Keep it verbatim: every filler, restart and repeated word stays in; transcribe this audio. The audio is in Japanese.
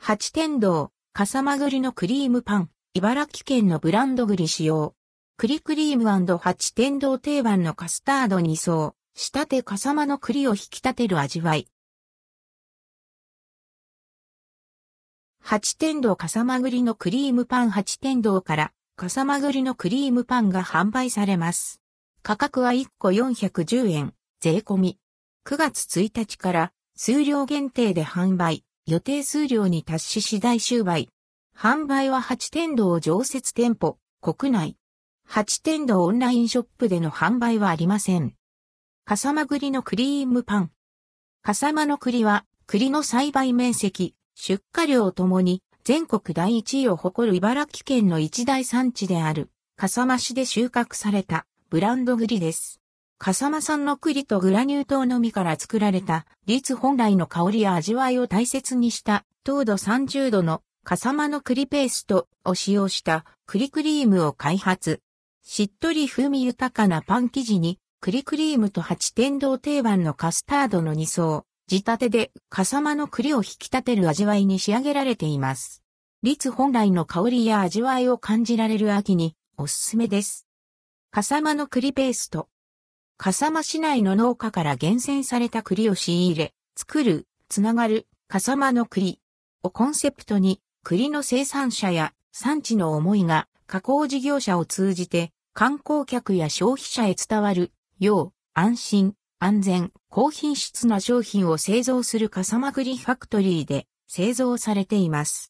八天堂、笠間栗のクリームパン、茨城県のブランド栗使用。栗クリーム&八天堂定番のカスタードに層、仕立て笠間の栗を引き立てる味わい。八天堂笠間栗のクリームパン八天堂から笠間栗のクリームパンが販売されます。価格はいっこよんひゃくじゅうえん、税込み。くがつついたちから数量限定で販売。予定数量に達し次第終売。販売は八天堂常設店舗、国内。八天堂オンラインショップでの販売はありません。笠間栗のクリームパン。笠間の栗は、栗の栽培面積、出荷量ともに全国第一位を誇る茨城県の一大産地である、笠間市で収穫されたブランド栗です。笠間産の栗とグラニュー糖のみから作られた、栗本来の香りや味わいを大切にした、糖度さんじゅうどの笠間の栗ペーストを使用した栗クリームを開発。しっとり風味豊かなパン生地に、栗クリームと八天堂定番のカスタードのに層、仕立てで笠間の栗を引き立てる味わいに仕上げられています。栗本来の香りや味わいを感じられる秋におすすめです。笠間の栗ペースト。笠間市内の農家から厳選された栗を仕入れ、作る、つながる、笠間の栗をコンセプトに、栗の生産者や産地の思いが加工事業者を通じて観光客や消費者へ伝わるよう安心、安全、高品質な商品を製造する笠間栗ファクトリーで製造されています。